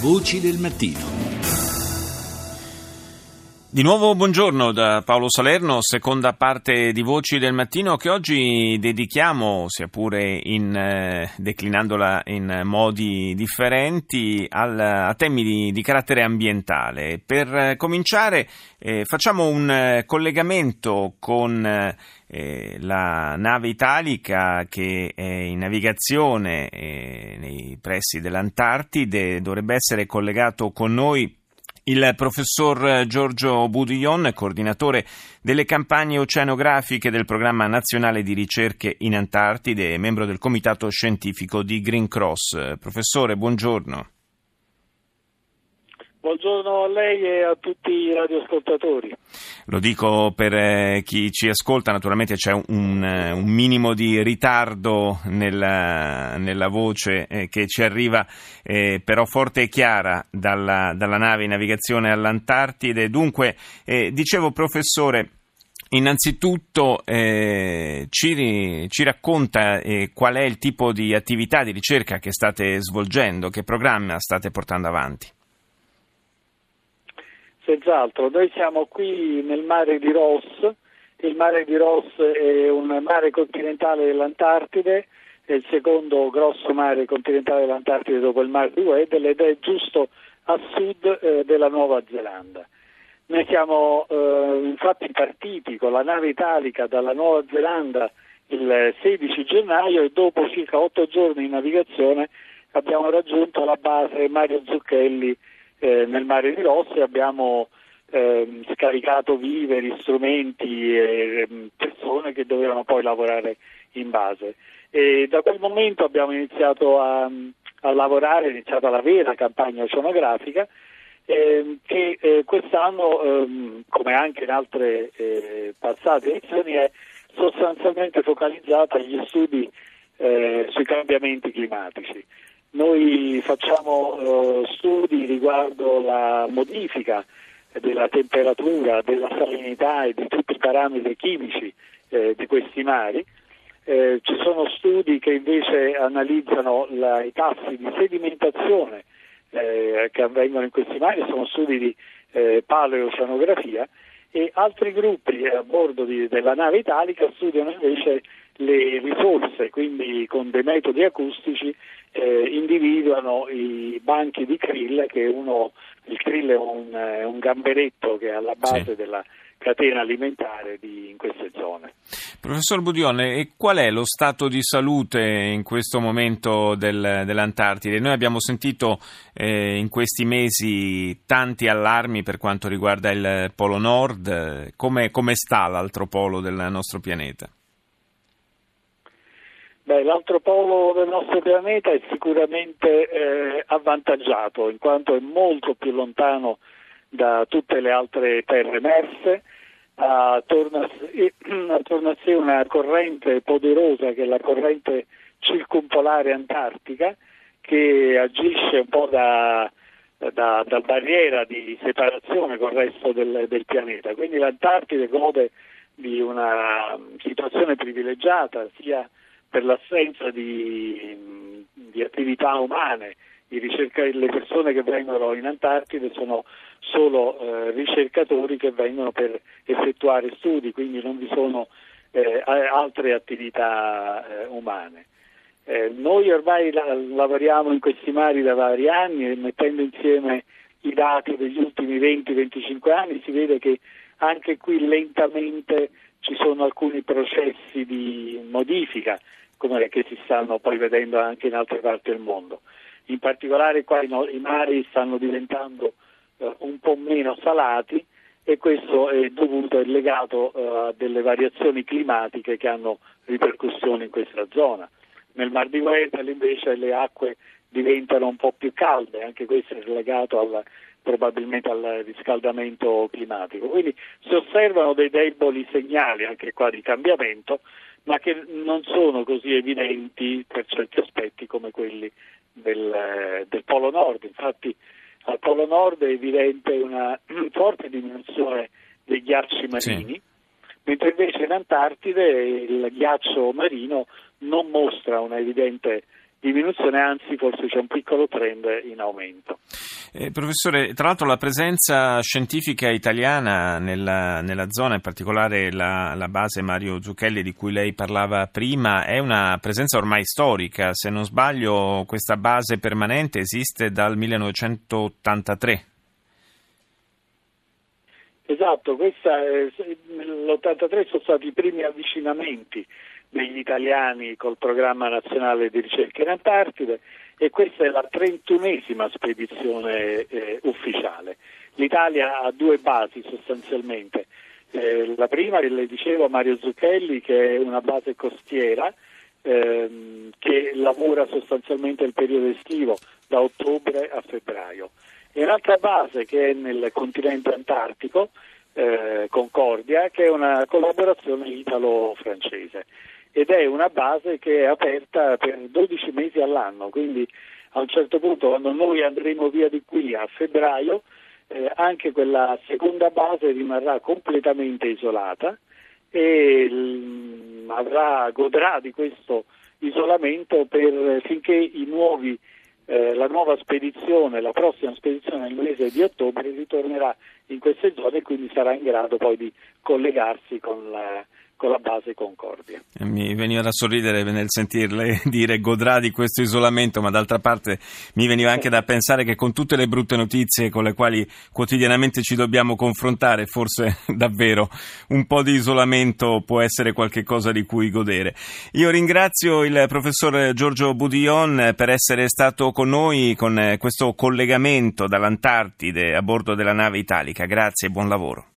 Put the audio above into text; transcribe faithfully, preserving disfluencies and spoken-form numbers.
Voci del mattino. Di nuovo buongiorno da Paolo Salerno, seconda parte di Voci del Mattino che oggi dedichiamo, sia pure in, eh, declinandola in modi differenti, al, a temi di, di carattere ambientale. Per eh, cominciare eh, facciamo un eh, collegamento con eh, la nave Italica che è in navigazione eh, nei pressi dell'Antartide. Dovrebbe essere collegato con noi il professor Giorgio Budillon, coordinatore delle campagne oceanografiche del Programma Nazionale di Ricerche in Antartide e membro del comitato scientifico di Green Cross. Professore, buongiorno. Buongiorno a lei e a tutti i radioascoltatori. Lo dico per eh, chi ci ascolta, naturalmente c'è un, un minimo di ritardo nella, nella voce eh, che ci arriva, eh, però forte e chiara dalla, dalla nave in navigazione all'Antartide. Dunque, eh, dicevo professore, innanzitutto eh, ci, ci racconta eh, qual è il tipo di attività di ricerca che state svolgendo, che programma state portando avanti? Senz'altro, noi siamo qui nel mare di Ross. Il mare di Ross è un mare continentale dell'Antartide, è il secondo grosso mare continentale dell'Antartide dopo il mare di Weddell ed è giusto a sud eh, della Nuova Zelanda. Noi siamo eh, infatti partiti con la nave Italica dalla Nuova Zelanda il sedici gennaio e dopo circa otto giorni di navigazione abbiamo raggiunto la base Mario Zucchelli Eh, nel mare di Ross e abbiamo eh, scaricato viveri, strumenti e eh, persone che dovevano poi lavorare in base. E da quel momento abbiamo iniziato a, a lavorare, è iniziata la vera campagna oceanografica eh, che eh, quest'anno, eh, come anche in altre eh, passate edizioni, è sostanzialmente focalizzata agli studi eh, sui cambiamenti climatici. Noi facciamo uh, studi riguardo la modifica della temperatura, della salinità e di tutti i parametri chimici eh, di questi mari. Eh, ci sono studi che invece analizzano la, i tassi di sedimentazione eh, che avvengono in questi mari, sono studi di eh, paleoceanografia, e altri gruppi a bordo di, della nave Italica studiano invece le risorse, quindi con dei metodi acustici eh, individuano i banchi di krill, che uno, il krill è un, è un gamberetto che è alla base sì. della catena alimentare di, in queste zone. Professor Budillon, e qual è lo stato di salute in questo momento del, dell'Antartide? Noi abbiamo sentito eh, in questi mesi tanti allarmi per quanto riguarda il Polo Nord. Come, come sta l'altro polo del nostro pianeta? Beh, l'altro polo del nostro pianeta è sicuramente eh, avvantaggiato, in quanto è molto più lontano da tutte le altre terre emerse, attorno a sé, attorno a sé una corrente poderosa che è la corrente circumpolare antartica, che agisce un po' da, da, da barriera di separazione col resto del, del pianeta. Quindi l'Antartide gode di una situazione privilegiata sia per l'assenza di, di attività umane. I ricerca- le persone che vengono in Antartide sono solo eh, ricercatori che vengono per effettuare studi, quindi non vi sono eh, altre attività eh, umane. Eh, noi ormai la- lavoriamo in questi mari da vari anni e mettendo insieme i dati degli ultimi venti venticinque anni si vede che anche qui lentamente ci sono alcuni processi di modifica, come che si stanno poi vedendo anche in altre parti del mondo. In particolare qua i, no, i mari stanno diventando eh, un po' meno salati e questo è dovuto e legato eh, a delle variazioni climatiche che hanno ripercussioni in questa zona. Nel Mar di Weddell invece le acque diventano un po' più calde, anche questo è legato al, probabilmente al riscaldamento climatico. Quindi si osservano dei deboli segnali anche qua di cambiamento, ma che non sono così evidenti per certi aspetti come quelli del, del Polo Nord. Infatti al Polo Nord è evidente una forte diminuzione dei ghiacci marini, sì. mentre invece in Antartide il ghiaccio marino non mostra una evidente diminuzione, anzi forse c'è un piccolo trend in aumento. Eh, professore, tra l'altro la presenza scientifica italiana nella, nella zona, in particolare la, la base Mario Zucchelli di cui lei parlava prima, è una presenza ormai storica. Se non sbaglio, questa base permanente esiste dal millenovecentottantatré. Esatto, questa, eh, nell'ottantatré sono stati i primi avvicinamenti degli italiani col programma nazionale di ricerca in Antartide e questa è la trentunesima spedizione eh, ufficiale. L'Italia ha due basi sostanzialmente, eh, la prima che le dicevo Mario Zucchelli, che è una base costiera ehm, che lavora sostanzialmente il periodo estivo da ottobre a febbraio. E un'altra base che è nel continente antartico, eh, Concordia, che è una collaborazione italo-francese ed è una base che è aperta per dodici mesi all'anno, quindi a un certo punto quando noi andremo via di qui a febbraio eh, anche quella seconda base rimarrà completamente isolata e l, avrà, godrà di questo isolamento per, finché i nuovi Eh, la nuova spedizione, la prossima spedizione nel mese di ottobre ritornerà in queste zone e quindi sarà in grado poi di collegarsi con la, con la base Concordia. Mi veniva da sorridere nel sentirle dire godrà di questo isolamento, ma d'altra parte mi veniva anche da pensare che con tutte le brutte notizie con le quali quotidianamente ci dobbiamo confrontare, forse davvero un po' di isolamento può essere qualche cosa di cui godere. Io ringrazio il professor Giorgio Budillon per essere stato con noi con questo collegamento dall'Antartide a bordo della nave Italica. Grazie e buon lavoro.